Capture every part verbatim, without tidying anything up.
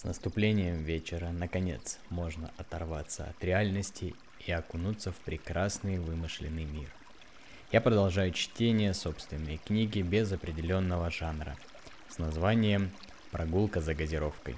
С наступлением вечера, наконец, можно оторваться от реальности и окунуться в прекрасный вымышленный мир. Я продолжаю чтение собственной книги без определенного жанра, с названием «Прогулка за газировкой».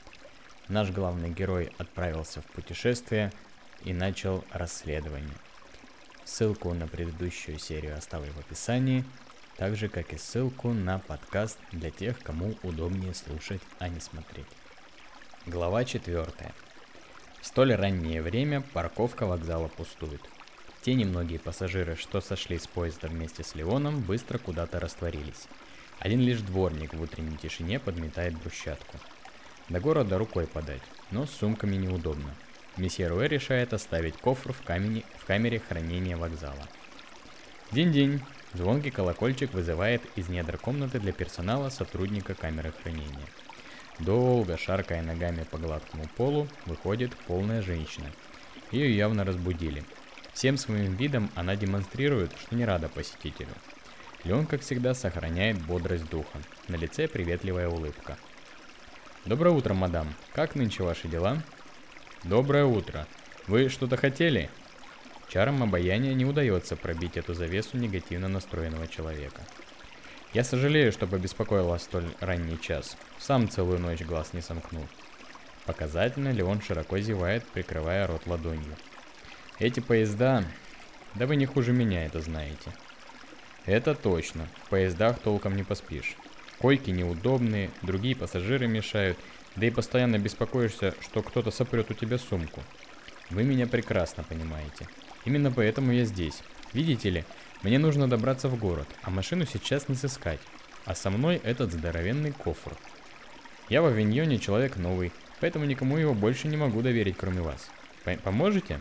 Наш главный герой отправился в путешествие и начал расследование. Ссылку на предыдущую серию оставлю в описании, так же как и ссылку на подкаст для тех, кому удобнее слушать, а не смотреть. Глава четвертая. В столь раннее время парковка вокзала пустует. Те немногие пассажиры, что сошли с поезда вместе с Леоном, быстро куда-то растворились. Один лишь дворник в утренней тишине подметает брусчатку. До города рукой подать, но с сумками неудобно. Месье Руэ решает оставить кофр в, камене, в камере хранения вокзала. Динь-динь! Звонкий колокольчик вызывает из недр комнаты для персонала сотрудника камеры хранения. Долго, шаркая ногами по гладкому полу, выходит полная женщина. Ее явно разбудили. Всем своим видом она демонстрирует, что не рада посетителю. Леон, как всегда, сохраняет бодрость духа. На лице приветливая улыбка. «Доброе утро, мадам. Как нынче ваши дела?» «Доброе утро. Вы что-то хотели?» Чарам обаяния не удается пробить эту завесу негативно настроенного человека. «Я сожалею, что побеспокоил вас в столь ранний час. Сам целую ночь глаз не сомкнул». Показательно Леон широко зевает, прикрывая рот ладонью. «Эти поезда... Да вы не хуже меня это знаете». «Это точно. В поездах толком не поспишь. Койки неудобные, другие пассажиры мешают, да и постоянно беспокоишься, что кто-то сопрет у тебя сумку. Вы меня прекрасно понимаете. Именно поэтому я здесь. Видите ли, мне нужно добраться в город, а машину сейчас не сыскать. А со мной этот здоровенный кофр. Я в Авиньоне человек новый, поэтому никому его больше не могу доверить, кроме вас. Поможете?»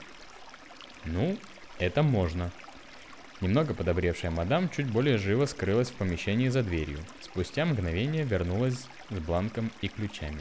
«Ну, это можно». Немного подобревшая мадам чуть более живо скрылась в помещении за дверью. Спустя мгновение вернулась с бланком и ключами.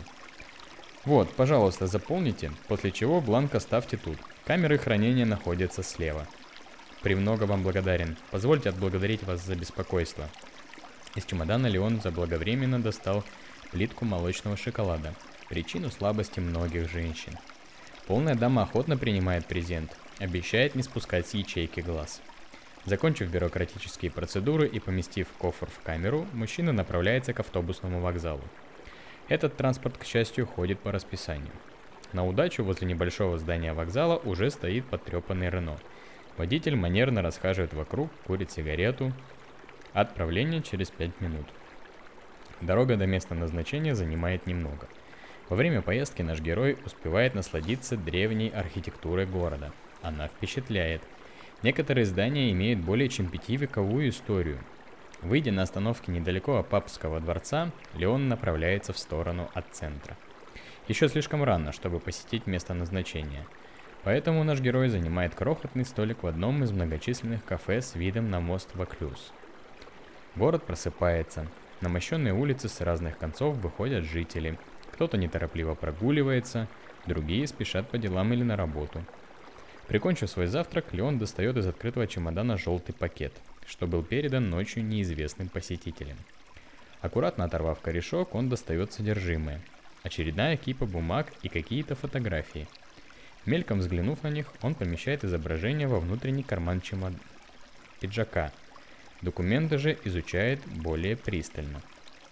«Вот, пожалуйста, заполните, после чего бланк оставьте тут. Камеры хранения находятся слева. Премного вам благодарен. Позвольте отблагодарить вас за беспокойство». Из чемодана Леон заблаговременно достал плитку молочного шоколада, причину слабости многих женщин. Полная дама охотно принимает презент, обещает не спускать с ячейки глаз. Закончив бюрократические процедуры и поместив кофр в камеру, мужчина направляется к автобусному вокзалу. Этот транспорт, к счастью, ходит по расписанию. На удачу возле небольшого здания вокзала уже стоит потрепанный Рено. Водитель манерно расхаживает вокруг, курит сигарету. Отправление через пять минут. Дорога до места назначения занимает немного. Во время поездки наш герой успевает насладиться древней архитектурой города. Она впечатляет. Некоторые здания имеют более чем пятивековую историю. Выйдя на остановке недалеко от Папского дворца, Леон направляется в сторону от центра. Еще слишком рано, чтобы посетить место назначения. Поэтому наш герой занимает крохотный столик в одном из многочисленных кафе с видом на мост Ваклюз. Город просыпается. На мощенные улицы с разных концов выходят жители. Кто-то неторопливо прогуливается, другие спешат по делам или на работу. Прикончив свой завтрак, Леон достает из открытого чемодана желтый пакет, что был передан ночью неизвестным посетителям. Аккуратно оторвав корешок, он достает содержимое. Очередная кипа бумаг и какие-то фотографии. Мельком взглянув на них, он помещает изображение во внутренний карман чемод... пиджака. Документы же изучает более пристально.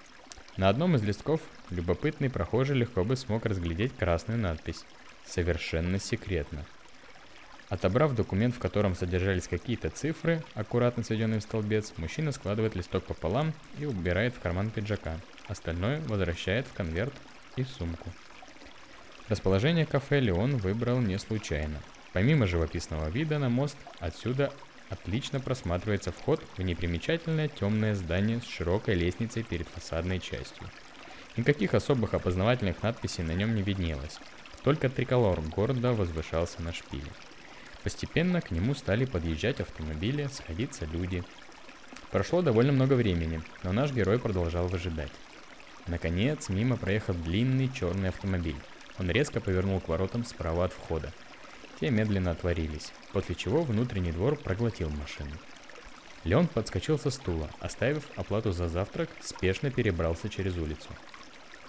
На одном из листков любопытный прохожий легко бы смог разглядеть красную надпись «Совершенно секретно». Отобрав документ, в котором содержались какие-то цифры, аккуратно сведенные в столбец, мужчина складывает листок пополам и убирает в карман пиджака. Остальное возвращает в конверт и в сумку. Расположение кафе Леон выбрал не случайно. Помимо живописного вида на мост, отсюда отлично просматривается вход в непримечательное темное здание с широкой лестницей перед фасадной частью. Никаких особых опознавательных надписей на нем не виднелось. Только триколор города возвышался на шпиле. Постепенно к нему стали подъезжать автомобили, сходиться люди. Прошло довольно много времени, но наш герой продолжал выжидать. Наконец, мимо проехал длинный черный автомобиль. Он резко повернул к воротам справа от входа. Те медленно отворились, после чего внутренний двор проглотил машину. Леон подскочил со стула, оставив оплату за завтрак, спешно перебрался через улицу.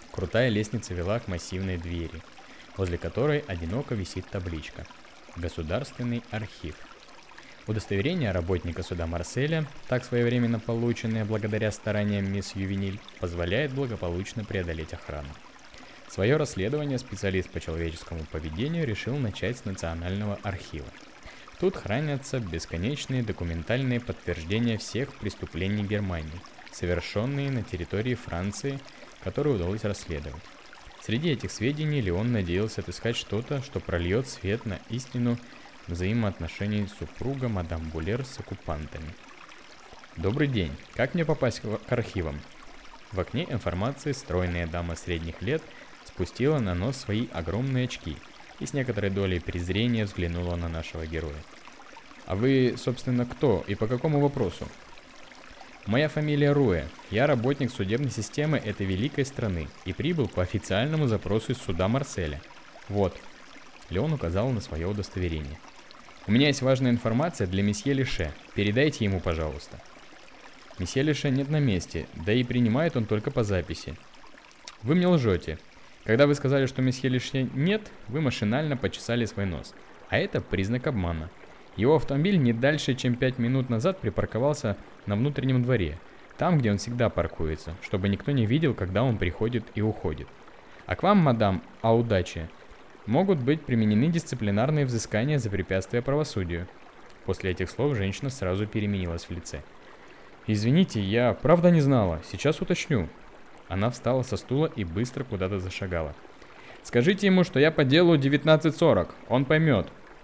Крутая лестница вела к массивной двери, возле которой одиноко висит табличка «Государственный архив». Удостоверение работника суда Марселя, так своевременно полученное благодаря стараниям мисс Ювениль, позволяет благополучно преодолеть охрану. Свое расследование специалист по человеческому поведению решил начать с Национального архива. Тут хранятся бесконечные документальные подтверждения всех преступлений Германии, совершенные на территории Франции, которые удалось расследовать. Среди этих сведений Леон надеялся отыскать что-то, что прольет свет на истину взаимоотношений супруга мадам Булер с оккупантами. Добрый день. Как мне попасть к архивам? В окне информации стройная дама средних лет спустила на нос свои огромные очки и с некоторой долей презрения взглянула на нашего героя. А вы, собственно, кто и по какому вопросу? Моя фамилия Руэ. Я работник судебной системы этой великой страны и прибыл по официальному запросу из суда Марселя. Вот. Леон указал на свое удостоверение. У меня есть важная информация для месье Леше. Передайте ему, пожалуйста. Месье Леше нет на месте, да и принимает он только по записи. Вы мне лжете. Когда вы сказали, что месье Леше нет, вы машинально почесали свой нос. А это признак обмана. Его автомобиль не дальше, чем пять минут назад припарковался на внутреннем дворе, там, где он всегда паркуется, чтобы никто не видел, когда он приходит и уходит. А к вам, мадам, а удачи, могут быть применены дисциплинарные взыскания за препятствие правосудию. После этих слов женщина сразу переменилась в лице. Извините, я правда не знала, сейчас уточню. Она встала со стула и быстро куда-то зашагала. Скажите ему, что я по делу девятнадцать сорок, он поймет.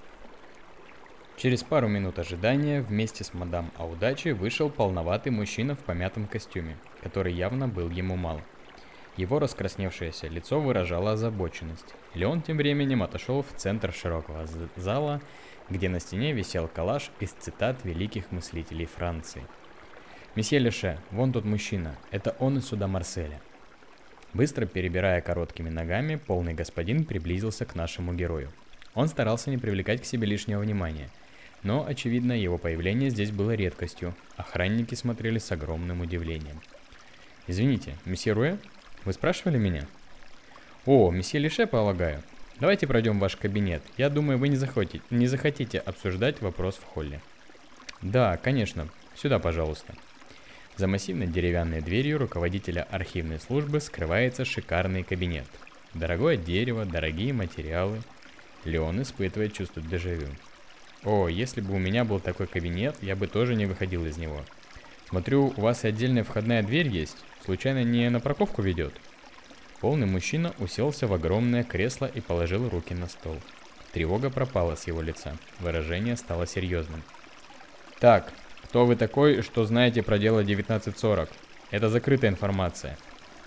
Через пару минут ожидания вместе с мадам Аудачи вышел полноватый мужчина в помятом костюме, который явно был ему мал. Его раскрасневшееся лицо выражало озабоченность. Леон тем временем отошел в центр широкого зала, где на стене висел коллаж из цитат великих мыслителей Франции. «Месье Леше, вон тот мужчина, это он из суда Марселя». Быстро перебирая короткими ногами, полный господин приблизился к нашему герою. Он старался не привлекать к себе лишнего внимания, но, очевидно, его появление здесь было редкостью. Охранники смотрели с огромным удивлением. «Извините, месье Руэ, вы спрашивали меня?» «О, месье Леше, полагаю. Давайте пройдем в ваш кабинет. Я думаю, вы не захотите, не захотите обсуждать вопрос в холле». «Да, конечно. Сюда, пожалуйста». За массивной деревянной дверью руководителя архивной службы скрывается шикарный кабинет. Дорогое дерево, дорогие материалы. Леон испытывает чувство дежавю. О, если бы у меня был такой кабинет, я бы тоже не выходил из него. Смотрю, у вас и отдельная входная дверь есть. Случайно не на парковку ведет? Полный мужчина уселся в огромное кресло и положил руки на стол. Тревога пропала с его лица. Выражение стало серьезным. Так, кто вы такой, что знаете про дело девятнадцать сорок? Это закрытая информация.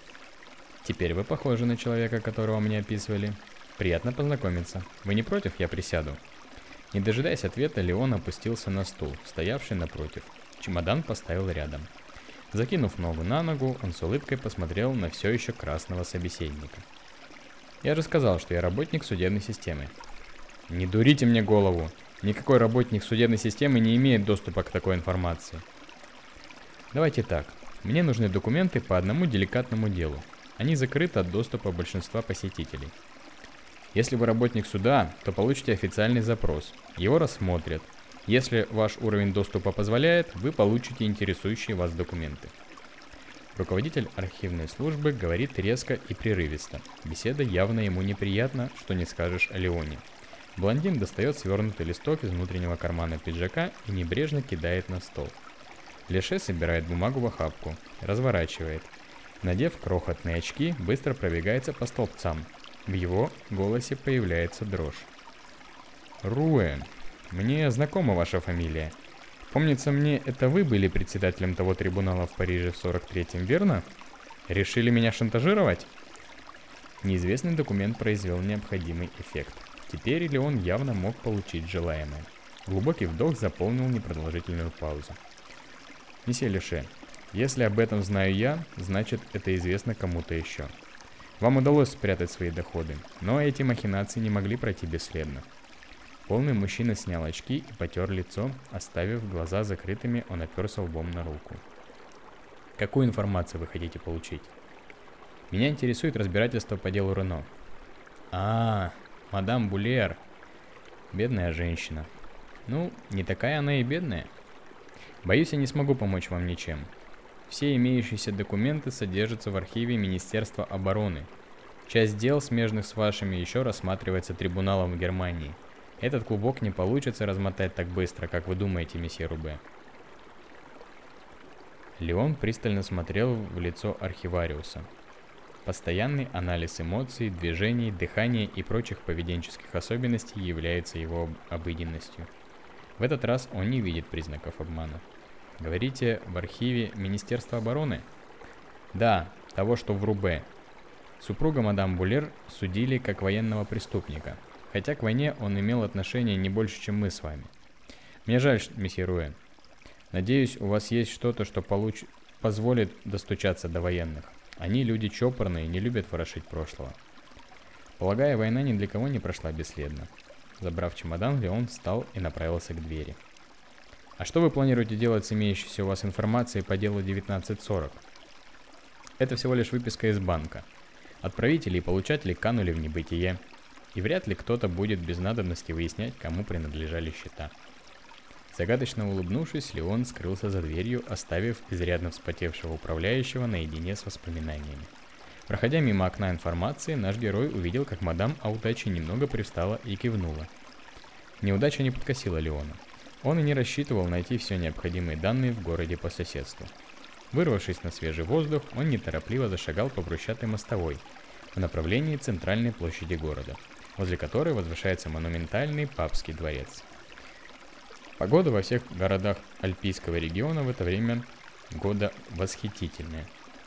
Теперь вы похожи на человека, которого мне описывали. Приятно познакомиться. Вы не против, я присяду? Не дожидаясь ответа, Леон опустился на стул, стоявший напротив. Чемодан поставил рядом. Закинув ногу на ногу, он с улыбкой посмотрел на все еще красного собеседника. Я же сказал, что я работник судебной системы. Не дурите мне голову. Никакой работник судебной системы не имеет доступа к такой информации. Давайте так. Мне нужны документы по одному деликатному делу. Они закрыты от доступа большинства посетителей. Если вы работник суда, то получите официальный запрос. Его рассмотрят. Если ваш уровень доступа позволяет, вы получите интересующие вас документы. Руководитель архивной службы говорит резко и прерывисто. Беседа явно ему неприятна, что не скажешь о Леоне. Блондин достает свернутый листок из внутреннего кармана пиджака и небрежно кидает на стол. Леше собирает бумагу в охапку, разворачивает. Надев крохотные очки, быстро пробегается по столбцам. В его голосе появляется дрожь. «Руэ, мне знакома ваша фамилия. Помнится мне, это вы были председателем того трибунала в Париже в сорок третьем, верно? Решили меня шантажировать?» Неизвестный документ произвел необходимый эффект. Теперь Леон явно мог получить желаемое. Глубокий вдох заполнил непродолжительную паузу. «Месье Леше, если об этом знаю я, значит, это известно кому-то еще. Вам удалось спрятать свои доходы, но эти махинации не могли пройти бесследно». Полный мужчина снял очки и потер лицо, оставив глаза закрытыми, он оперся лбом на руку. «Какую информацию вы хотите получить?» Меня интересует разбирательство по делу Рено. А, мадам Булер. Бедная женщина. Ну, не такая она и бедная. Боюсь, я не смогу помочь вам ничем. Все имеющиеся документы содержатся в архиве Министерства обороны. Часть дел, смежных с вашими, еще рассматривается трибуналом в Германии. Этот клубок не получится размотать так быстро, как вы думаете, месье Рубе. Леон пристально смотрел в лицо архивариуса. Постоянный анализ эмоций, движений, дыхания и прочих поведенческих особенностей является его обыденностью. В этот раз он не видит признаков обмана. Говорите, в архиве Министерства обороны? Да, того, что в Рубе. Супруга мадам Булер судили как военного преступника, хотя к войне он имел отношение не больше, чем мы с вами. Мне жаль, месье Руэ. Надеюсь, у вас есть что-то, что получ... позволит достучаться до военных. Они люди чопорные, не любят ворошить прошлого. Полагаю, война ни для кого не прошла бесследно. Забрав чемодан, Леон встал и направился к двери. А что вы планируете делать с имеющейся у вас информацией по делу девятнадцать сорок? Это всего лишь выписка из банка. Отправители и получатели канули в небытие, и вряд ли кто-то будет без надобности выяснять, кому принадлежали счета. Загадочно улыбнувшись, Леон скрылся за дверью, оставив изрядно вспотевшего управляющего наедине с воспоминаниями. Проходя мимо окна информации, наш герой увидел, как мадам Аутачи немного привстала и кивнула. Неудача не подкосила Леона. Он и не рассчитывал найти все необходимые данные в городе по соседству. Вырвавшись на свежий воздух, он неторопливо зашагал по брусчатой мостовой в направлении центральной площади города, возле которой возвышается монументальный папский дворец. Погода во всех городах Альпийского региона в это время года восхитительная.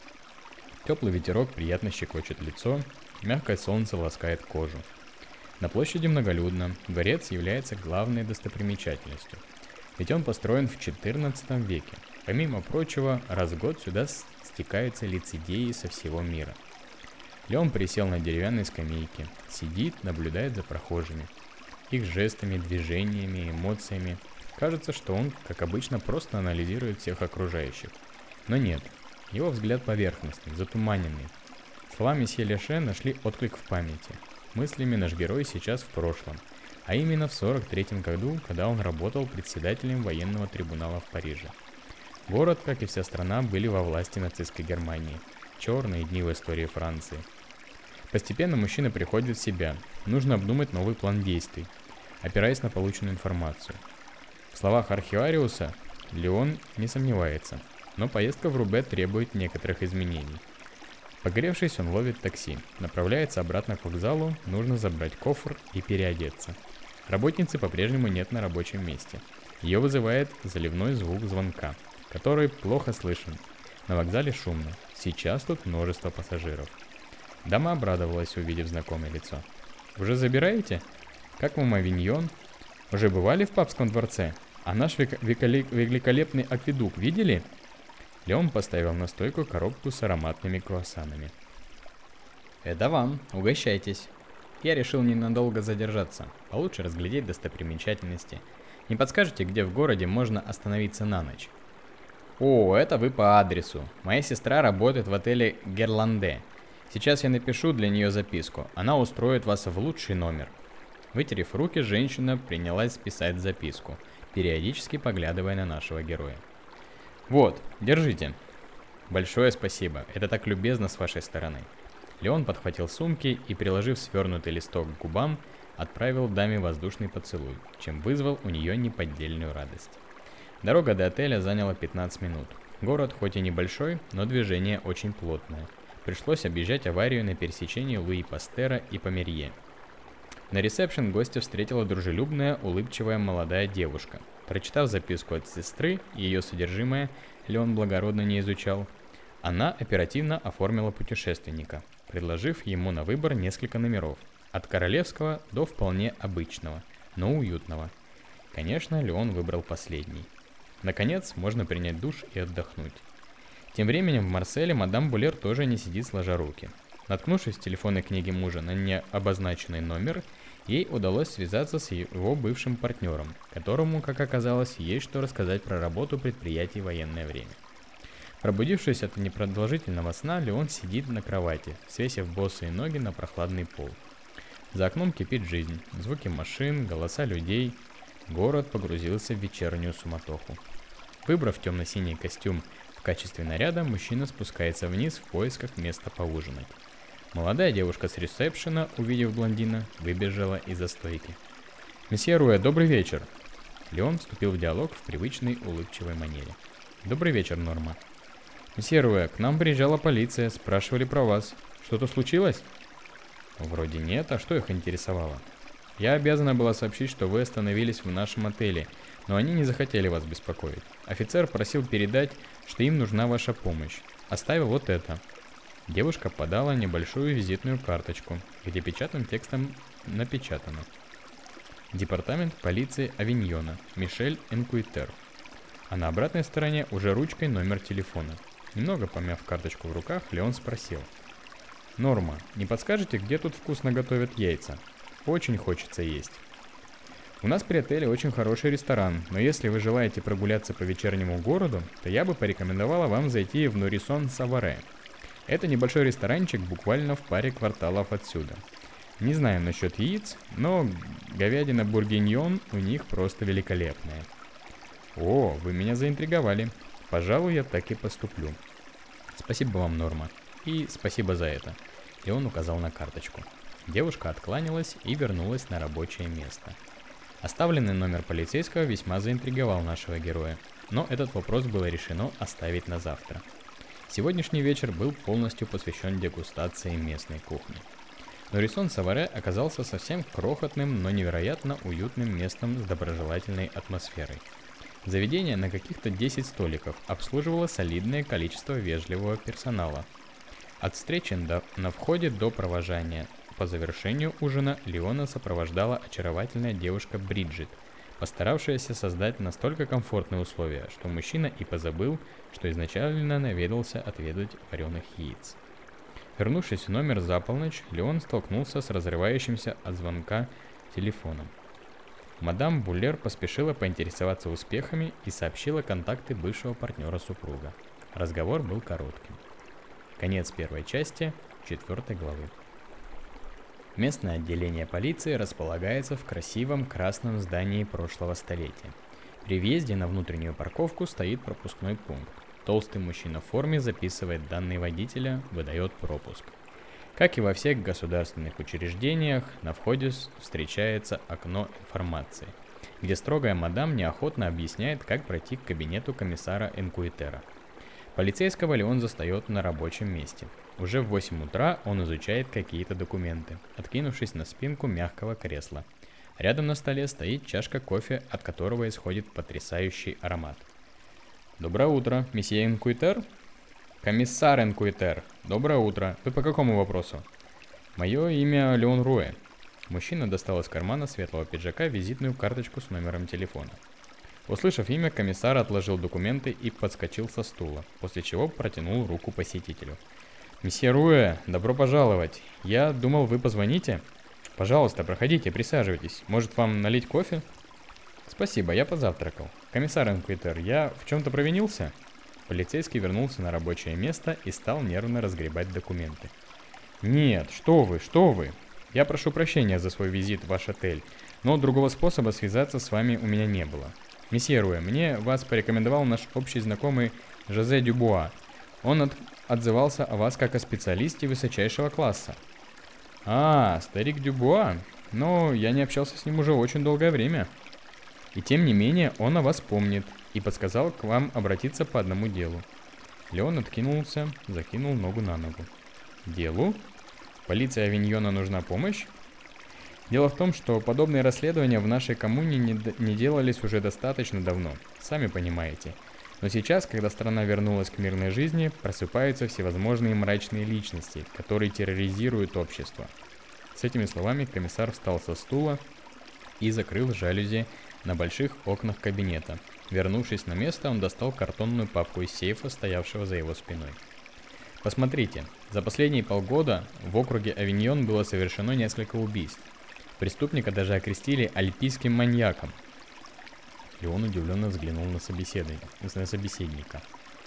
Теплый ветерок приятно щекочет лицо, мягкое солнце ласкает кожу. На площади многолюдно, дворец является главной достопримечательностью, ведь он построен в четырнадцатом веке. Помимо прочего, раз в год сюда стекаются лицедеи со всего мира. Леон присел на деревянной скамейке, сидит, наблюдает за прохожими. Их жестами, движениями, эмоциями. Кажется, что он, как обычно, просто анализирует всех окружающих. Но нет, его взгляд поверхностный, затуманенный. Слова месье Леше нашли отклик в памяти. Мыслями наш герой сейчас в прошлом, а именно в сорок третьем году, когда он работал председателем военного трибунала в Париже. Город, как и вся страна, были во власти нацистской Германии. Черные дни в истории Франции. Постепенно мужчина приходит в себя. Нужно обдумать новый план действий, опираясь на полученную информацию. В словах архивариуса Леон не сомневается, но поездка в Рубе требует некоторых изменений. Погревшись, он ловит такси, направляется обратно к вокзалу, нужно забрать кофр и переодеться. Работницы по-прежнему нет на рабочем месте. Ее вызывает заливной звук звонка, который плохо слышен. На вокзале шумно, сейчас тут множество пассажиров. Дама обрадовалась, увидев знакомое лицо. «Уже забираете? Как вам авиньон? Уже бывали в папском дворце? А наш век- веколе- великолепный акведук видели?» Леон поставил на стойку коробку с ароматными круассанами. «Это вам, угощайтесь. Я решил ненадолго задержаться, получше разглядеть достопримечательности. Не подскажете, где в городе можно остановиться на ночь?» «О, это вы по адресу. Моя сестра работает в отеле Герланде. Сейчас я напишу для нее записку. Она устроит вас в лучший номер». Вытерев руки, женщина принялась писать записку, периодически поглядывая на нашего героя. «Вот, держите. Большое спасибо, это так любезно с вашей стороны». Леон подхватил сумки и, приложив свернутый листок к губам, отправил даме воздушный поцелуй, чем вызвал у нее неподдельную радость. Дорога до отеля заняла пятнадцать минут. Город хоть и небольшой, но движение очень плотное. Пришлось объезжать аварию на пересечении Луи Пастера и Померье. На ресепшн гостя встретила дружелюбная, улыбчивая молодая девушка. Прочитав записку от сестры и ее содержимое, Леон благородно не изучал, она оперативно оформила путешественника, предложив ему на выбор несколько номеров, от королевского до вполне обычного, но уютного. Конечно, Леон выбрал последний. Наконец, можно принять душ и отдохнуть. Тем временем в Марселе мадам Булер тоже не сидит сложа руки. Наткнувшись в телефонной книге мужа на необозначенный номер, ей удалось связаться с его бывшим партнером, которому, как оказалось, есть что рассказать про работу предприятий в военное время. Пробудившись от непродолжительного сна, Леон сидит на кровати, свесив босые ноги на прохладный пол. За окном кипит жизнь, звуки машин, голоса людей. Город погрузился в вечернюю суматоху. Выбрав темно-синий костюм в качестве наряда, мужчина спускается вниз в поисках места поужинать. Молодая девушка с ресепшена, увидев блондина, выбежала из-за стойки. «Месье Руэ, добрый вечер!» Леон вступил в диалог в привычной улыбчивой манере. «Добрый вечер, Норма». «Месье Руэ, к нам приезжала полиция, спрашивали про вас. Что-то случилось?» «Вроде нет, а что их интересовало?» «Я обязана была сообщить, что вы остановились в нашем отеле, но они не захотели вас беспокоить. Офицер просил передать, что им нужна ваша помощь. Оставил вот это». Девушка подала небольшую визитную карточку, где печатным текстом напечатано: «Департамент полиции Авиньона, Мишель Энкуитер». А на обратной стороне уже ручкой номер телефона. Немного помяв карточку в руках, Леон спросил: «Норма, не подскажете, где тут вкусно готовят яйца? Очень хочется есть». «У нас при отеле очень хороший ресторан, но если вы желаете прогуляться по вечернему городу, то я бы порекомендовала вам зайти в Нурисон Саваре. Это небольшой ресторанчик буквально в паре кварталов отсюда. Не знаю насчет яиц, но говядина бургиньон у них просто великолепная». «О, вы меня заинтриговали. Пожалуй, я так и поступлю». «Спасибо вам, Норма. И спасибо за это». И он указал на карточку. Девушка откланялась и вернулась на рабочее место. Оставленный номер полицейского весьма заинтриговал нашего героя, но этот вопрос было решено оставить на завтра. Сегодняшний вечер был полностью посвящен дегустации местной кухни. Нурисон Саваре оказался совсем крохотным, но невероятно уютным местом с доброжелательной атмосферой. Заведение на каких-то десять столиков обслуживало солидное количество вежливого персонала. От встречи до, на входе до провожания. По завершению ужина Леона сопровождала очаровательная девушка Бриджит, постаравшаяся создать настолько комфортные условия, что мужчина и позабыл, что изначально наведался отведать вареных яиц. Вернувшись в номер за полночь, Леон столкнулся с разрывающимся от звонка телефоном. Мадам Буллер поспешила поинтересоваться успехами и сообщила контакты бывшего партнера супруга. Разговор был коротким. Конец первой части, четвертой главы. Местное отделение полиции располагается в красивом красном здании прошлого столетия. При въезде на внутреннюю парковку стоит пропускной пункт. Толстый мужчина в форме записывает данные водителя, выдает пропуск. Как и во всех государственных учреждениях, на входе встречается окно информации, где строгая мадам неохотно объясняет, как пройти к кабинету комиссара Энкуитера. Полицейского Леон застает на рабочем месте. Уже в восемь утра он изучает какие-то документы, откинувшись на спинку мягкого кресла. Рядом на столе стоит чашка кофе, от которого исходит потрясающий аромат. «Доброе утро, месье Энкуитер?» «Комиссар Энкуитер, доброе утро. Вы по какому вопросу?» «Мое имя Леон Руэ». Мужчина достал из кармана светлого пиджака визитную карточку с номером телефона. Услышав имя, комиссар отложил документы и подскочил со стула, после чего протянул руку посетителю. «Месье Руэ, добро пожаловать. Я думал, вы позвоните. Пожалуйста, проходите, присаживайтесь. Может, вам налить кофе?» «Спасибо, я позавтракал. Комиссар Энкуитер, я в чем-то провинился?» Полицейский вернулся на рабочее место и стал нервно разгребать документы. «Нет, что вы, что вы. Я прошу прощения за свой визит в ваш отель, но другого способа связаться с вами у меня не было. Месье Руэ, мне вас порекомендовал наш общий знакомый Жозе Дюбуа. Он от... отзывался о вас как о специалисте высочайшего класса». «А, старик Дюбуа? Но я не общался с ним уже очень долгое время. И тем не менее он о вас помнит и подсказал к вам обратиться по одному делу». Леон откинулся, закинул ногу на ногу. «Делу? Полиции Авиньона нужна помощь?» Дело в том, что подобные расследования в нашей коммуне не, не делались уже достаточно давно, сами понимаете. Но сейчас, когда страна вернулась к мирной жизни, просыпаются всевозможные мрачные личности, которые терроризируют общество. С этими словами комиссар встал со стула и закрыл жалюзи на больших окнах кабинета. Вернувшись на место, он достал картонную папку из сейфа, стоявшего за его спиной. «Посмотрите, за последние полгода в округе Авиньон было совершено несколько убийств. Преступника даже окрестили альпийским маньяком». Леон удивленно взглянул на собеседника. на собеседника.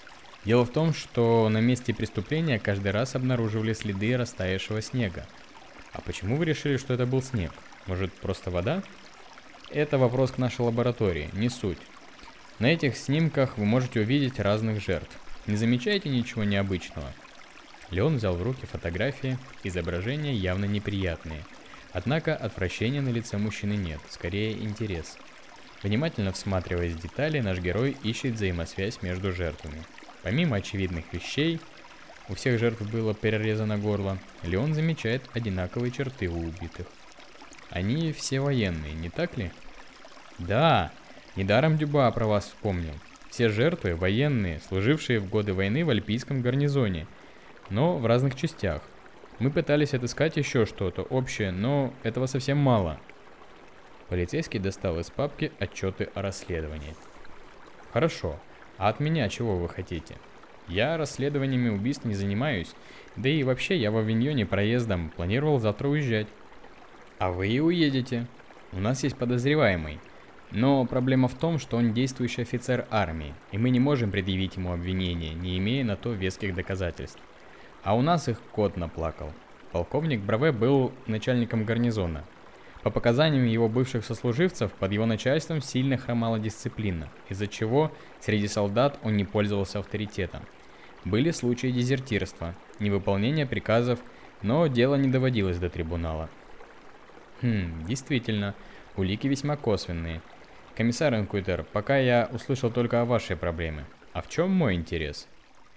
Дело в том, что на месте преступления каждый раз обнаруживали следы растаявшего снега. А почему вы решили, что это был снег? Может, просто вода? Это вопрос к нашей лаборатории, не суть. На этих снимках вы можете увидеть разных жертв. Не замечаете ничего необычного? Леон взял в руки фотографии, изображения явно неприятные. Однако отвращения на лице мужчины нет, скорее интерес. Внимательно всматриваясь в детали, наш герой ищет взаимосвязь между жертвами. Помимо очевидных вещей, у всех жертв было перерезано горло, Леон замечает одинаковые черты у убитых. Они все военные, не так ли? Да, недаром Дюбуа про вас вспомнил. Все жертвы военные, служившие в годы войны в альпийском гарнизоне, но в разных частях. Мы пытались отыскать еще что-то общее, но этого совсем мало. Полицейский достал из папки отчеты о расследовании. Хорошо, а от меня чего вы хотите? Я расследованиями убийств не занимаюсь, да и вообще я в Авиньоне проездом, планировал завтра уезжать. А вы и уедете. У нас есть подозреваемый. Но проблема в том, что он действующий офицер армии, и мы не можем предъявить ему обвинение, не имея на то веских доказательств. А у нас их кот наплакал. Полковник Браве был начальником гарнизона. По показаниям его бывших сослуживцев, под его начальством сильно хромала дисциплина, из-за чего среди солдат он не пользовался авторитетом. Были случаи дезертирства, невыполнения приказов, но дело не доводилось до трибунала. Хм, действительно, улики весьма косвенные. Комиссар Инкуитер, пока я услышал только о вашей проблеме. А в чем мой интерес?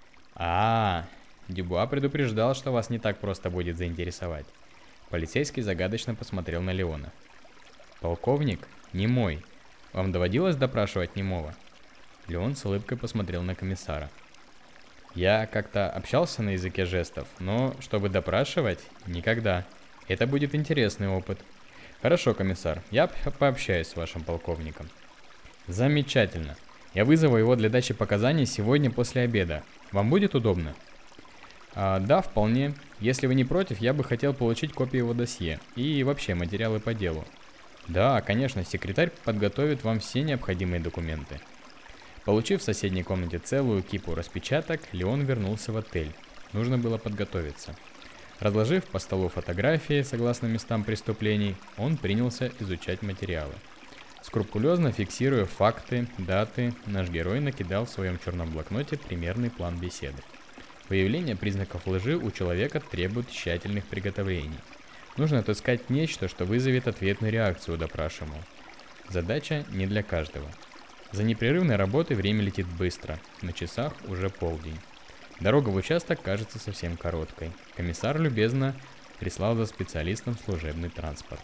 А, Дюбуа предупреждал, что вас не так просто будет заинтересовать. Полицейский загадочно посмотрел на Леона. Полковник, немой. Вам доводилось допрашивать немого? Леон с улыбкой посмотрел на комиссара. Я как-то общался на языке жестов, но чтобы допрашивать, никогда. Это будет интересный опыт. Хорошо, комиссар, я пообщаюсь с вашим полковником. Замечательно. Я вызову его для дачи показаний сегодня после обеда. Вам будет удобно? А, да, вполне. Если вы не против, я бы хотел получить копию его досье и вообще материалы по делу. Да, конечно, секретарь подготовит вам все необходимые документы. Получив в соседней комнате целую кипу распечаток, Леон вернулся в отель. Нужно было подготовиться. Разложив по столу фотографии согласно местам преступлений, он принялся изучать материалы. Скрупулезно фиксируя факты, даты, наш герой накидал в своем черном блокноте примерный план беседы. Выявление признаков лжи у человека требует тщательных приготовлений. Нужно отыскать нечто, что вызовет ответную реакцию у допрашиваемого. Задача не для каждого. За непрерывной работой время летит быстро, на часах уже полдень. Дорога в участок кажется совсем короткой. Комиссар любезно прислал за специалистом служебный транспорт.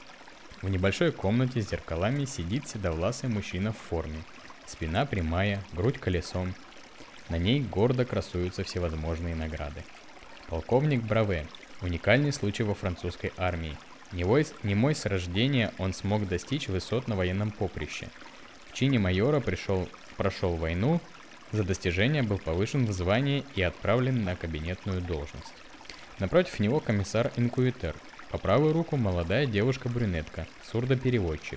В небольшой комнате с зеркалами сидит седовласый мужчина в форме. Спина прямая, грудь колесом. На ней гордо красуются всевозможные награды. Полковник Браве. Уникальный случай во французской армии. Немой, немой с рождения он смог достичь высот на военном поприще. В чине майора пришел, прошел войну, за достижение был повышен в звании и отправлен на кабинетную должность. Напротив него комиссар Инкуитер. По правую руку молодая девушка-брюнетка, сурдопереводчик.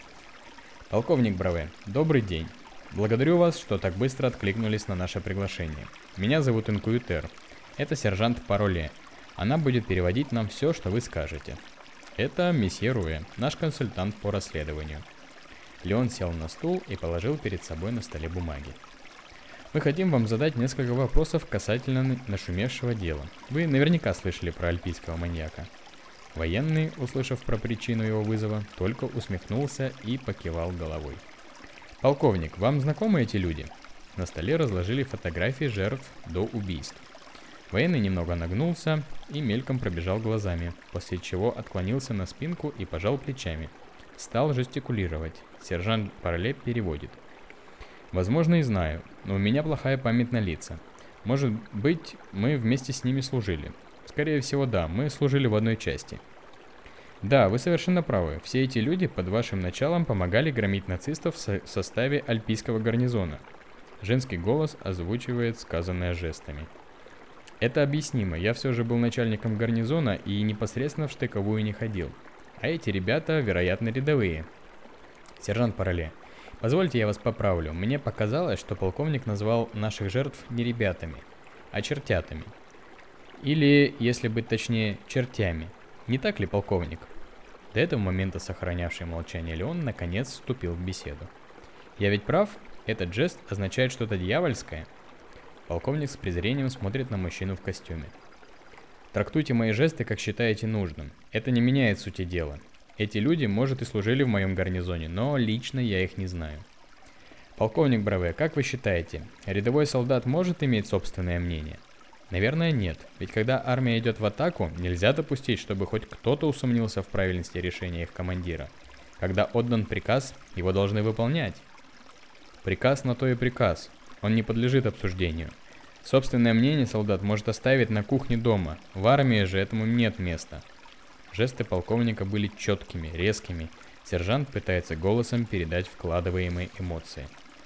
Полковник Браве, добрый день. Благодарю вас, что так быстро откликнулись на наше приглашение. Меня зовут Инкуитер. Это сержант Пароле. Она будет переводить нам все, что вы скажете. Это месье Руэ, наш консультант по расследованию. Леон сел на стул и положил перед собой на столе бумаги. Мы хотим вам задать несколько вопросов касательно нашумевшего дела. Вы наверняка слышали про альпийского маньяка. Военный, услышав про причину его вызова, только усмехнулся и покивал головой. Полковник, вам знакомы эти люди? На столе разложили фотографии жертв до убийств. Военный немного нагнулся и мельком пробежал глазами, после чего отклонился на спинку и пожал плечами. Стал жестикулировать. Сержант Пароле переводит. Возможно, и знаю, но у меня плохая память на лица. Может быть, мы вместе с ними служили. Скорее всего, да, мы служили в одной части. Да, вы совершенно правы. Все эти люди под вашим началом помогали громить нацистов в составе альпийского гарнизона. Женский голос озвучивает сказанное жестами. Это объяснимо. Я все же был начальником гарнизона и непосредственно в штыковую не ходил. А эти ребята, вероятно, рядовые. Сержант Пароле, Позвольте я вас поправлю. Мне показалось, что полковник назвал наших жертв не ребятами, а чертятами. Или, если быть точнее, чертями. Не так ли, полковник? До этого момента сохранявший молчание Леон наконец вступил в беседу. Я ведь прав? Этот жест означает что-то дьявольское. Полковник с презрением смотрит на мужчину в костюме. Трактуйте мои жесты, как считаете нужным. Это не меняет сути дела. Эти люди, может, и служили в моем гарнизоне, но лично я их не знаю. Полковник Браве, как вы считаете, рядовой солдат может иметь собственное мнение? Наверное, нет, ведь когда армия идет в атаку, нельзя допустить, чтобы хоть кто-то усомнился в правильности решения их командира. Когда отдан приказ, его должны выполнять. Приказ на то и приказ, он не подлежит обсуждению. Собственное мнение солдат может оставить на кухне дома, в армии же этому нет места. Жесты полковника были четкими, резкими. Сержант пытается голосом передать вкладываемые эмоции.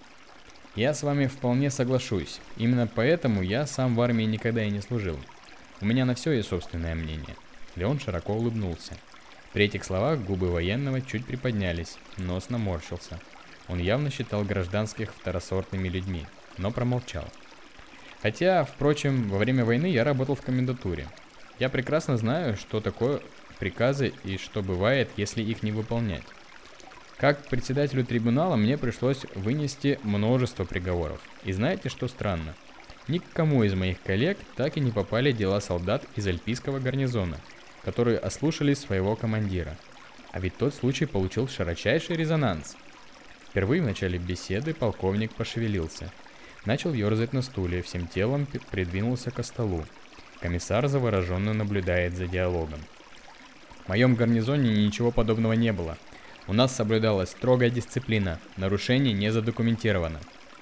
Я с вами вполне соглашусь. Именно поэтому я сам в армии никогда и не служил. У меня на все есть собственное мнение. Леон широко улыбнулся. При этих словах губы военного чуть приподнялись, нос наморщился. Он явно считал гражданских второсортными людьми, но промолчал. Хотя, впрочем, во время войны я работал в комендатуре. Я прекрасно знаю, что такое приказы и что бывает, если их не выполнять. Как председателю трибунала мне пришлось вынести множество приговоров. И знаете, что странно? Ни к кому из моих коллег так и не попали дела солдат из альпийского гарнизона, которые ослушались своего командира. А ведь тот случай получил широчайший резонанс. Впервые в начале беседы полковник пошевелился. Начал ерзать на стуле, всем телом придвинулся ко столу. Комиссар завороженно наблюдает за диалогом. В моем гарнизоне ничего подобного не было. У нас соблюдалась строгая дисциплина, нарушение не задокументировано.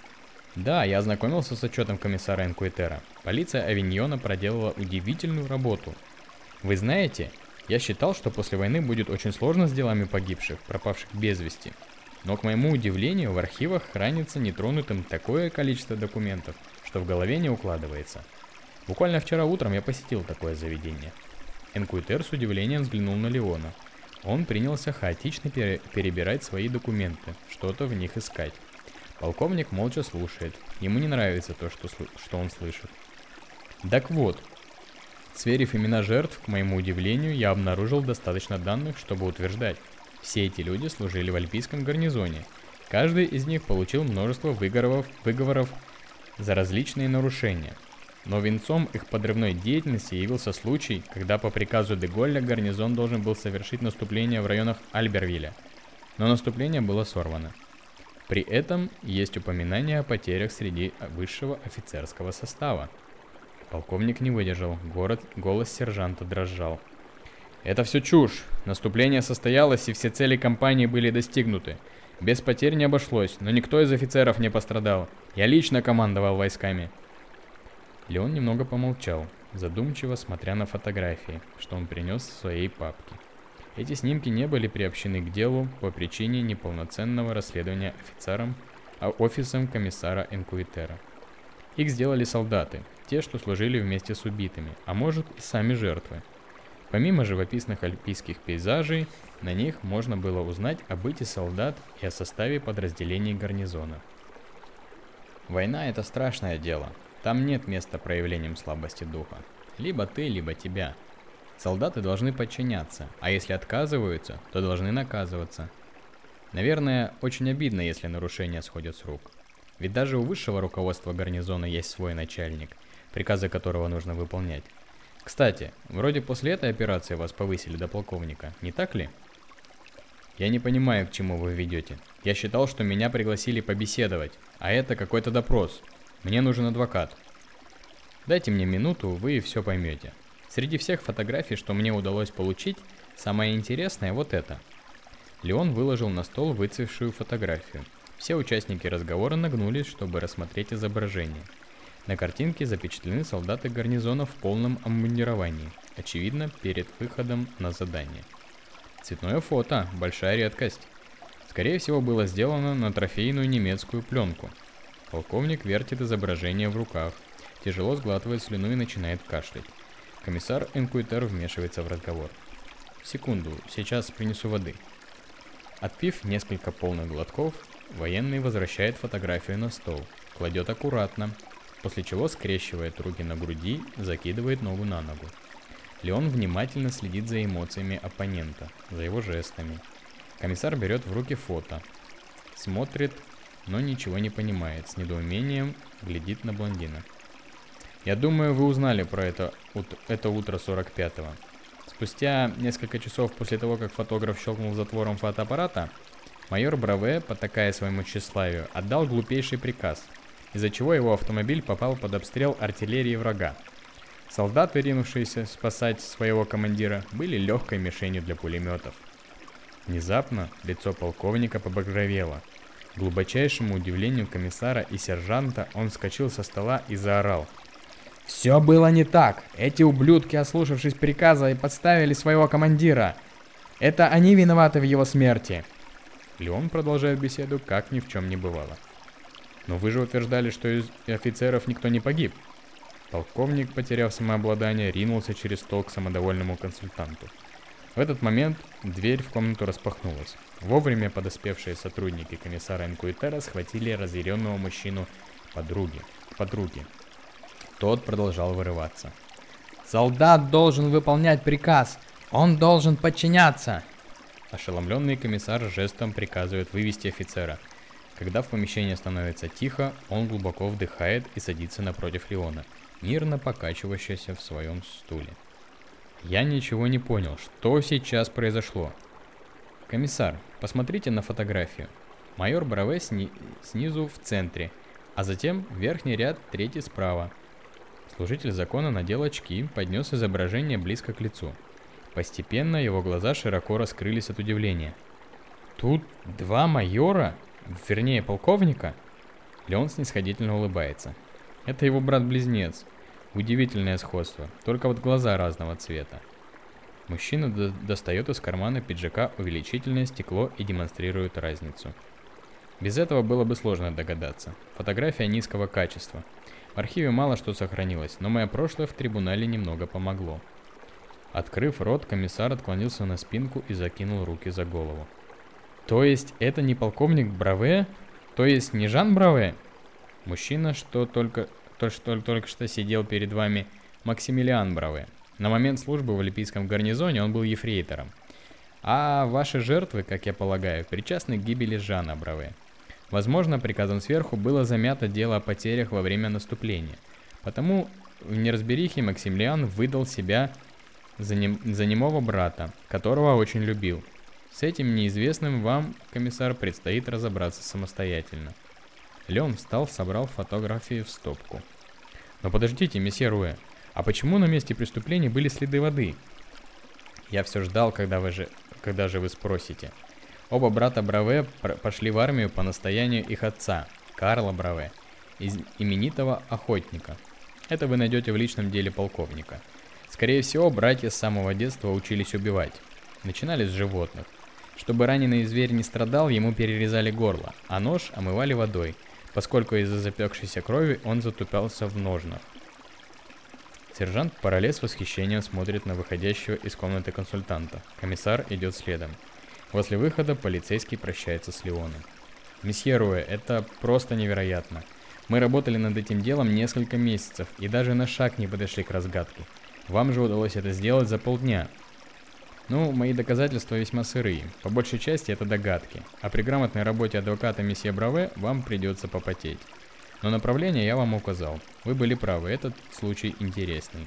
Да, я ознакомился с отчетом комиссара Энкуитера. Полиция Авиньона проделала удивительную работу. Вы знаете, я считал, что после войны будет очень сложно с делами погибших, пропавших без вести. Но, к моему удивлению, в архивах хранится нетронутым такое количество документов, что в голове не укладывается. Буквально вчера утром я посетил такое заведение. Энкуитер с удивлением взглянул на Леона. Он принялся хаотично пере- перебирать свои документы, что-то в них искать. Полковник молча слушает. Ему не нравится то, что, сл- что он слышит. Так вот, сверив имена жертв, к моему удивлению, я обнаружил достаточно данных, чтобы утверждать. Все эти люди служили в альпийском гарнизоне. Каждый из них получил множество выговоров, выговоров за различные нарушения. Но венцом их подрывной деятельности явился случай, когда по приказу де Голля гарнизон должен был совершить наступление в районах Альбервилля, но наступление было сорвано. При этом есть упоминание о потерях среди высшего офицерского состава. Полковник не выдержал, город, голос сержанта дрожал. Это все чушь. Наступление состоялось, и все цели кампании были достигнуты. Без потерь не обошлось, но никто из офицеров не пострадал. Я лично командовал войсками. Леон немного помолчал, задумчиво смотря на фотографии, что он принес в своей папке. Эти снимки не были приобщены к делу по причине неполноценного расследования офицером, а офисом комиссара Энкуитера. Их сделали солдаты, те, что служили вместе с убитыми, а может и сами жертвы. Помимо живописных альпийских пейзажей, на них можно было узнать о быте солдат и о составе подразделений гарнизона. Война — это страшное дело. Там нет места проявлениям слабости духа. Либо ты, либо тебя. Солдаты должны подчиняться, а если отказываются, то должны наказываться. Наверное, очень обидно, если нарушения сходят с рук. Ведь даже у высшего руководства гарнизона есть свой начальник, приказы которого нужно выполнять. Кстати, вроде после этой операции вас повысили до полковника, не так ли? Я не понимаю, к чему вы ведете. Я считал, что меня пригласили побеседовать, а это какой-то допрос. Мне нужен адвокат. Дайте мне минуту, вы все поймете. Среди всех фотографий, что мне удалось получить, самое интересное вот это. Леон выложил на стол выцветшую фотографию. Все участники разговора нагнулись, чтобы рассмотреть изображение. На картинке запечатлены солдаты гарнизона в полном обмундировании, очевидно, перед выходом на задание. Цветное фото – большая редкость. Скорее всего, было сделано на трофейную немецкую пленку. Полковник вертит изображение в руках, тяжело сглатывает слюну и начинает кашлять. Комиссар Энкуитер вмешивается в разговор. «Секунду, сейчас принесу воды». Отпив несколько полных глотков, военный возвращает фотографию на стол, кладет аккуратно, после чего скрещивает руки на груди, закидывает ногу на ногу. Леон внимательно следит за эмоциями оппонента, за его жестами. Комиссар берет в руки фото, смотрит, но ничего не понимает, с недоумением глядит на блондина. Я думаю, вы узнали про это, это утро сорок пятого. Спустя несколько часов после того, как фотограф щелкнул затвором фотоаппарата, майор Браве, потакая своему тщеславию, отдал глупейший приказ, из-за чего его автомобиль попал под обстрел артиллерии врага. Солдаты, ринувшиеся спасать своего командира, были легкой мишенью для пулеметов. Внезапно лицо полковника побагровело. К глубочайшему удивлению комиссара и сержанта он вскочил со стола и заорал: «Все было не так! Эти ублюдки, ослушавшись приказа, и подставили своего командира! Это они виноваты в его смерти!» Леон продолжает беседу, как ни в чем не бывало. «Но вы же утверждали, что из офицеров никто не погиб!» Полковник, потеряв самообладание, ринулся через стол к самодовольному консультанту. В этот момент дверь в комнату распахнулась. Вовремя подоспевшие сотрудники комиссара Инкуитера схватили разъяренного мужчину подруги, подруги. Тот продолжал вырываться. «Солдат должен выполнять приказ! Он должен подчиняться!» Ошеломленный комиссар жестом приказывает вывести офицера. Когда в помещении становится тихо, он глубоко вдыхает и садится напротив Леона, мирно покачивающийся в своем стуле. Я ничего не понял, что сейчас произошло. Комиссар, посмотрите на фотографию. Майор Браве сни... снизу в центре, а затем верхний ряд, третий справа. Служитель закона надел очки, поднес изображение близко к лицу. Постепенно его глаза широко раскрылись от удивления. Тут два майора? Вернее, полковника? Леон снисходительно улыбается. Это его брат-близнец. Удивительное сходство, только вот глаза разного цвета. Мужчина до- достает из кармана пиджака увеличительное стекло и демонстрирует разницу. Без этого было бы сложно догадаться. Фотография низкого качества. В архиве мало что сохранилось, но мое прошлое в трибунале немного помогло. Открыв рот, комиссар отклонился на спинку и закинул руки за голову. То есть это не полковник Браве? То есть не Жан Браве? Мужчина, что только... То, что только что сидел перед вами, Максимилиан Браве. На момент службы в Олимпийском гарнизоне он был ефрейтором. А ваши жертвы, как я полагаю, причастны к гибели Жана Браве. Возможно, приказом сверху было замято дело о потерях во время наступления. Потому в неразберихе Максимилиан выдал себя за, нем, за немого брата, которого очень любил. С этим неизвестным вам, комиссар, предстоит разобраться самостоятельно. Леон встал, собрал фотографии в стопку. Но подождите, месье Руэ, а почему на месте преступления были следы воды? Я все ждал, когда, вы же, когда же вы спросите. Оба брата Браве пошли в армию по настоянию их отца, Карла Браве, из именитого охотника. Это вы найдете в личном деле полковника. Скорее всего, братья с самого детства учились убивать. Начинали с животных. Чтобы раненый зверь не страдал, ему перерезали горло, а нож омывали водой, поскольку из-за запекшейся крови он затупался в ножнах. Сержант Парале с восхищением смотрит на выходящего из комнаты консультанта. Комиссар идет следом. После выхода полицейский прощается с Леоном. Месье Руэ, это просто невероятно. Мы работали над этим делом несколько месяцев и даже на шаг не подошли к разгадке. Вам же удалось это сделать за полдня. Ну, мои доказательства весьма сырые. По большей части это догадки. А при грамотной работе адвоката месье Браве вам придется попотеть. Но направление я вам указал. Вы были правы, этот случай интересный.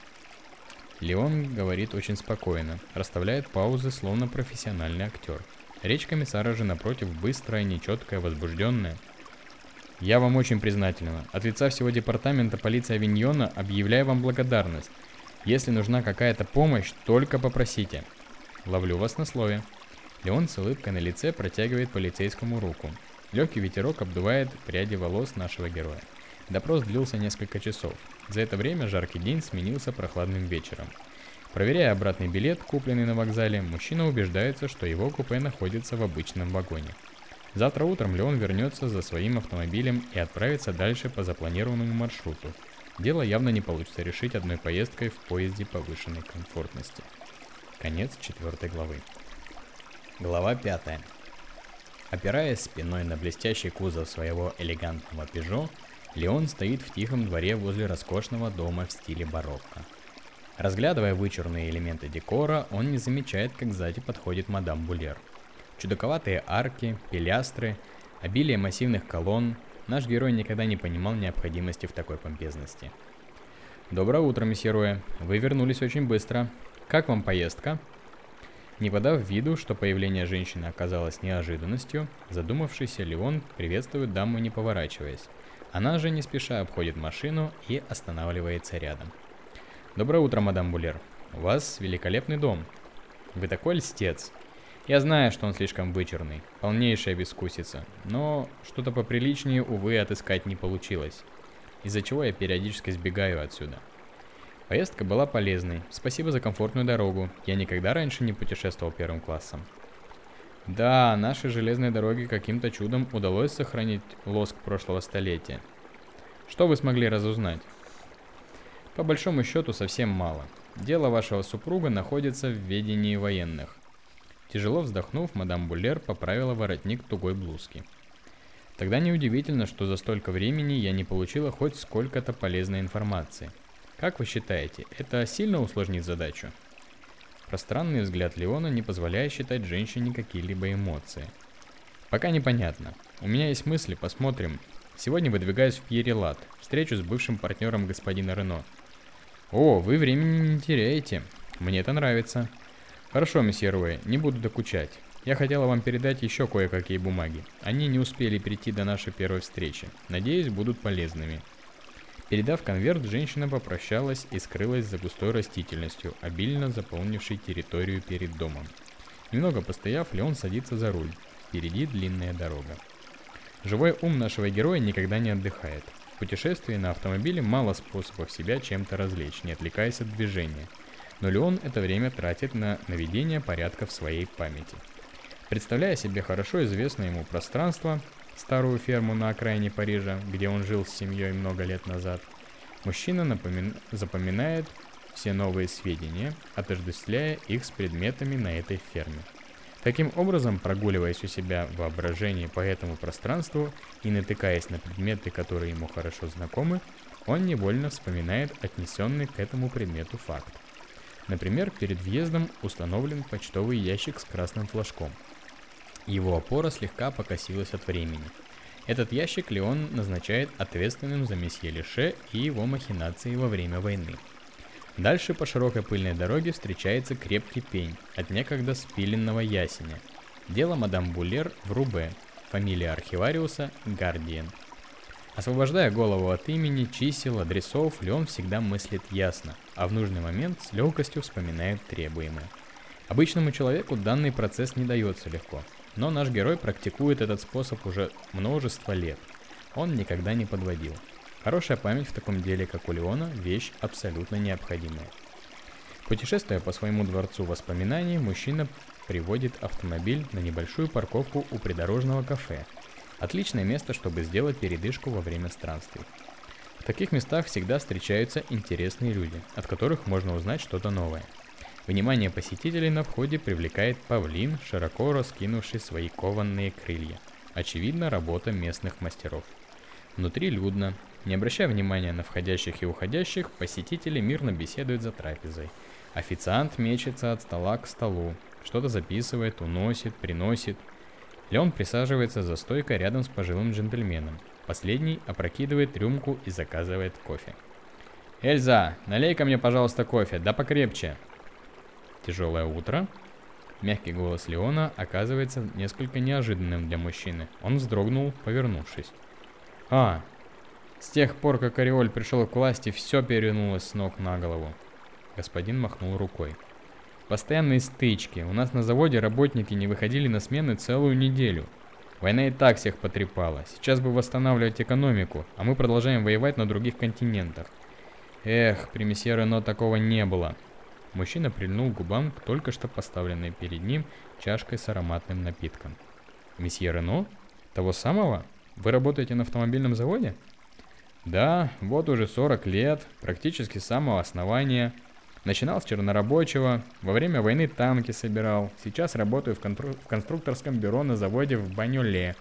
Леон говорит очень спокойно, расставляет паузы, словно профессиональный актер. Речь комиссара же, напротив, быстрая, нечеткая, возбужденная. Я вам очень признательна. От лица всего департамента полиции Авиньона объявляю вам благодарность. Если нужна какая-то помощь, только попросите. Ловлю вас на слове. Леон с улыбкой на лице протягивает полицейскому руку. Легкий ветерок обдувает пряди волос нашего героя. Допрос длился несколько часов. За это время жаркий день сменился прохладным вечером. Проверяя обратный билет, купленный на вокзале, мужчина убеждается, что его купе находится в обычном вагоне. Завтра утром Леон вернется за своим автомобилем и отправится дальше по запланированному маршруту. Дело явно не получится решить одной поездкой в поезде повышенной комфортности. Конец четвертой главы. Глава пятая. Опираясь спиной на блестящий кузов своего элегантного Пежо, Леон стоит в тихом дворе возле роскошного дома в стиле барокко. Разглядывая вычурные элементы декора, он не замечает, как сзади подходит мадам Булер. Чудаковатые арки, пилястры, обилие массивных колонн. Наш герой никогда не понимал необходимости в такой помпезности. «Доброе утро, месье Руэ. Вы вернулись очень быстро. Как вам поездка?» Не подав виду, что появление женщины оказалось неожиданностью, задумавшийся Леон приветствует даму, не поворачиваясь. Она же не спеша обходит машину и останавливается рядом. «Доброе утро, мадам Булер. У вас великолепный дом. Вы такой льстец. Я знаю, что он слишком вычурный, полнейшая безвкусица, но что-то поприличнее, увы, отыскать не получилось, из-за чего я периодически сбегаю отсюда. Поездка была полезной, спасибо за комфортную дорогу, я никогда раньше не путешествовал первым классом. Да, наши железные дороги каким-то чудом удалось сохранить лоск прошлого столетия. Что вы смогли разузнать? По большому счету совсем мало. Дело вашего супруга находится в ведении военных. Тяжело вздохнув, мадам Булер поправила воротник тугой блузки. Тогда неудивительно, что за столько времени я не получила хоть сколько-то полезной информации. Как вы считаете, это сильно усложнит задачу? Пространный взгляд Леона не позволяет считать женщине какие-либо эмоции. Пока непонятно. У меня есть мысли, посмотрим. Сегодня выдвигаюсь в Пьерелат, встречу с бывшим партнером господина Рено. О, вы времени не теряете. Мне это нравится. Хорошо, месье Руэ, не буду докучать. Я хотела вам передать еще кое-какие бумаги. Они не успели прийти до нашей первой встречи. Надеюсь, будут полезными. Передав конверт, женщина попрощалась и скрылась за густой растительностью, обильно заполнившей территорию перед домом. Немного постояв, Леон садится за руль. Впереди длинная дорога. Живой ум нашего героя никогда не отдыхает. В путешествии на автомобиле мало способов себя чем-то развлечь, не отвлекаясь от движения. Но Леон это время тратит на наведение порядка в своей памяти. Представляя себе хорошо известное ему пространство, старую ферму на окраине Парижа, где он жил с семьей много лет назад, мужчина напомин... запоминает все новые сведения, отождествляя их с предметами на этой ферме. Таким образом, прогуливаясь у себя в воображении по этому пространству и натыкаясь на предметы, которые ему хорошо знакомы, он невольно вспоминает отнесенный к этому предмету факт. Например, перед въездом установлен почтовый ящик с красным флажком. Его опора слегка покосилась от времени. Этот ящик Леон назначает ответственным за месье Леше и его махинации во время войны. Дальше по широкой пыльной дороге встречается крепкий пень от некогда спиленного ясеня. Дело мадам Булер в Рубе, фамилия архивариуса Гардиен. Освобождая голову от имени, чисел, адресов, Леон всегда мыслит ясно, а в нужный момент с легкостью вспоминает требуемое. Обычному человеку данный процесс не дается легко, но наш герой практикует этот способ уже множество лет. Он никогда не подводил. Хорошая память в таком деле, как у Леона, вещь абсолютно необходимая. Путешествуя по своему дворцу воспоминаний, мужчина приводит автомобиль на небольшую парковку у придорожного кафе. Отличное место, чтобы сделать передышку во время странствий. В таких местах всегда встречаются интересные люди, от которых можно узнать что-то новое. Внимание посетителей на входе привлекает павлин, широко раскинувший свои кованные крылья. Очевидно, работа местных мастеров. Внутри людно. Не обращая внимания на входящих и уходящих, посетители мирно беседуют за трапезой. Официант мечется от стола к столу, что-то записывает, уносит, приносит. Леон присаживается за стойкой рядом с пожилым джентльменом. Последний опрокидывает рюмку и заказывает кофе. «Эльза, налей-ка мне, пожалуйста, кофе, да покрепче!» «Тяжелое утро?» Мягкий голос Леона оказывается несколько неожиданным для мужчины. Он вздрогнул, повернувшись. «А, с тех пор, как Ореоль пришел к власти, все перевернулось с ног на голову». Господин махнул рукой. «Постоянные стычки. У нас на заводе работники не выходили на смены целую неделю. Война и так всех потрепала. Сейчас бы восстанавливать экономику, а мы продолжаем воевать на других континентах. Эх, при месье Рено такого не было». Мужчина прильнул к губам к только что поставленной перед ним чашкой с ароматным напитком. «Месье Рено? Того самого? Вы работаете на автомобильном заводе?» «Да, вот уже сорок лет, практически с самого основания. Начинал с чернорабочего, во время войны танки собирал, сейчас работаю в, контру- в конструкторском бюро на заводе в Баньоле.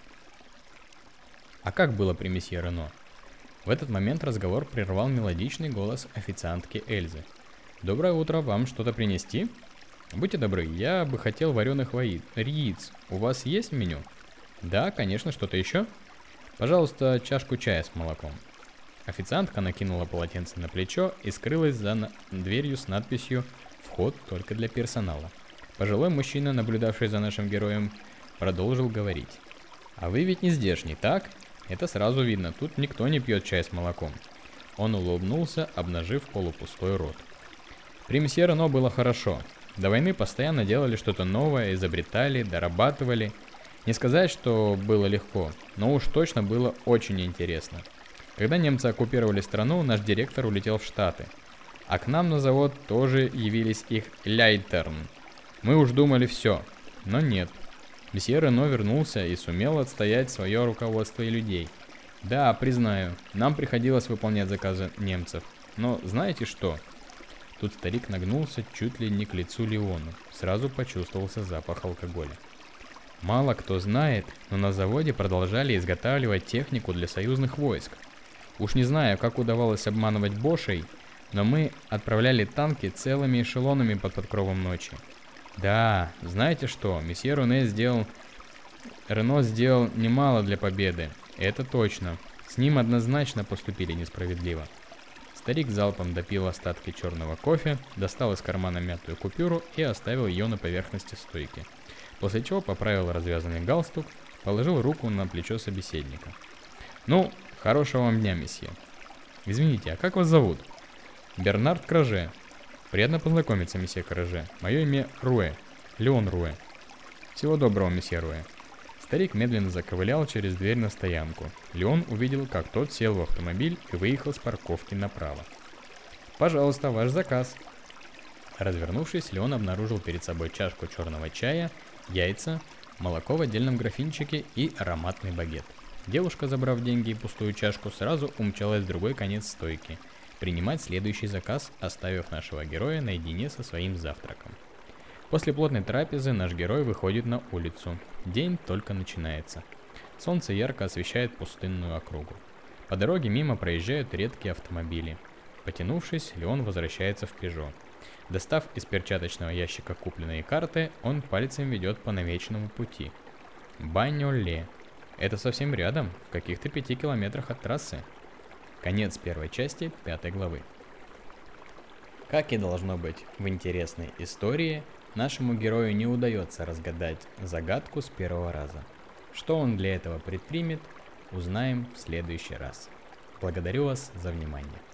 А как было при месье Рено? В этот момент разговор прервал мелодичный голос официантки Эльзы. «Доброе утро, вам что-то принести?» «Будьте добры, я бы хотел вареных яиц. У вас есть в меню?» «Да, конечно, что-то еще?» «Пожалуйста, чашку чая с молоком». Официантка накинула полотенце на плечо и скрылась за на... дверью с надписью «Вход только для персонала». Пожилой мужчина, наблюдавший за нашим героем, продолжил говорить. «А вы ведь не здешний, так? Это сразу видно, тут никто не пьет чай с молоком». Он улыбнулся, обнажив полупустой рот. При месье Рено было хорошо. До войны постоянно делали что-то новое, изобретали, дорабатывали. Не сказать, что было легко, но уж точно было очень интересно. Когда немцы оккупировали страну, наш директор улетел в Штаты. А к нам на завод тоже явились их ляйтерн. Мы уж думали все, но нет. Месье Рено вернулся и сумел отстоять свое руководство и людей. Да, признаю, нам приходилось выполнять заказы немцев. Но знаете что? Тут старик нагнулся чуть ли не к лицу Леону. Сразу почувствовался запах алкоголя. Мало кто знает, но на заводе продолжали изготавливать технику для союзных войск. Уж не знаю, как удавалось обманывать бошей, но мы отправляли танки целыми эшелонами под покровом ночи. Да, знаете что, месье Рено сделал... Рено сделал немало для победы, это точно. С ним однозначно поступили несправедливо. Старик залпом допил остатки черного кофе, достал из кармана мятую купюру и оставил ее на поверхности стойки. После чего поправил развязанный галстук, положил руку на плечо собеседника. «Ну, хорошего вам дня, месье. Извините, а как вас зовут?» «Бернард Краже. Приятно познакомиться, месье Краже. Мое имя Руэ. Леон Руэ. Всего доброго, месье Руэ». Старик медленно заковылял через дверь на стоянку. Леон увидел, как тот сел в автомобиль и выехал с парковки направо. «Пожалуйста, ваш заказ». Развернувшись, Леон обнаружил перед собой чашку черного чая, яйца, молоко в отдельном графинчике и ароматный багет. Девушка, забрав деньги и пустую чашку, сразу умчалась в другой конец стойки, принимать следующий заказ, оставив нашего героя наедине со своим завтраком. После плотной трапезы наш герой выходит на улицу. День только начинается. Солнце ярко освещает пустынную округу. По дороге мимо проезжают редкие автомобили. Потянувшись, Леон возвращается в Пежо. Достав из перчаточного ящика купленные карты, он пальцем ведет по намеченному пути. Баньоле. Это совсем рядом, в каких-то пяти километрах от трассы. Конец первой части пятой главы. Как и должно быть в интересной истории, нашему герою не удается разгадать загадку с первого раза. Что он для этого предпримет, узнаем в следующий раз. Благодарю вас за внимание.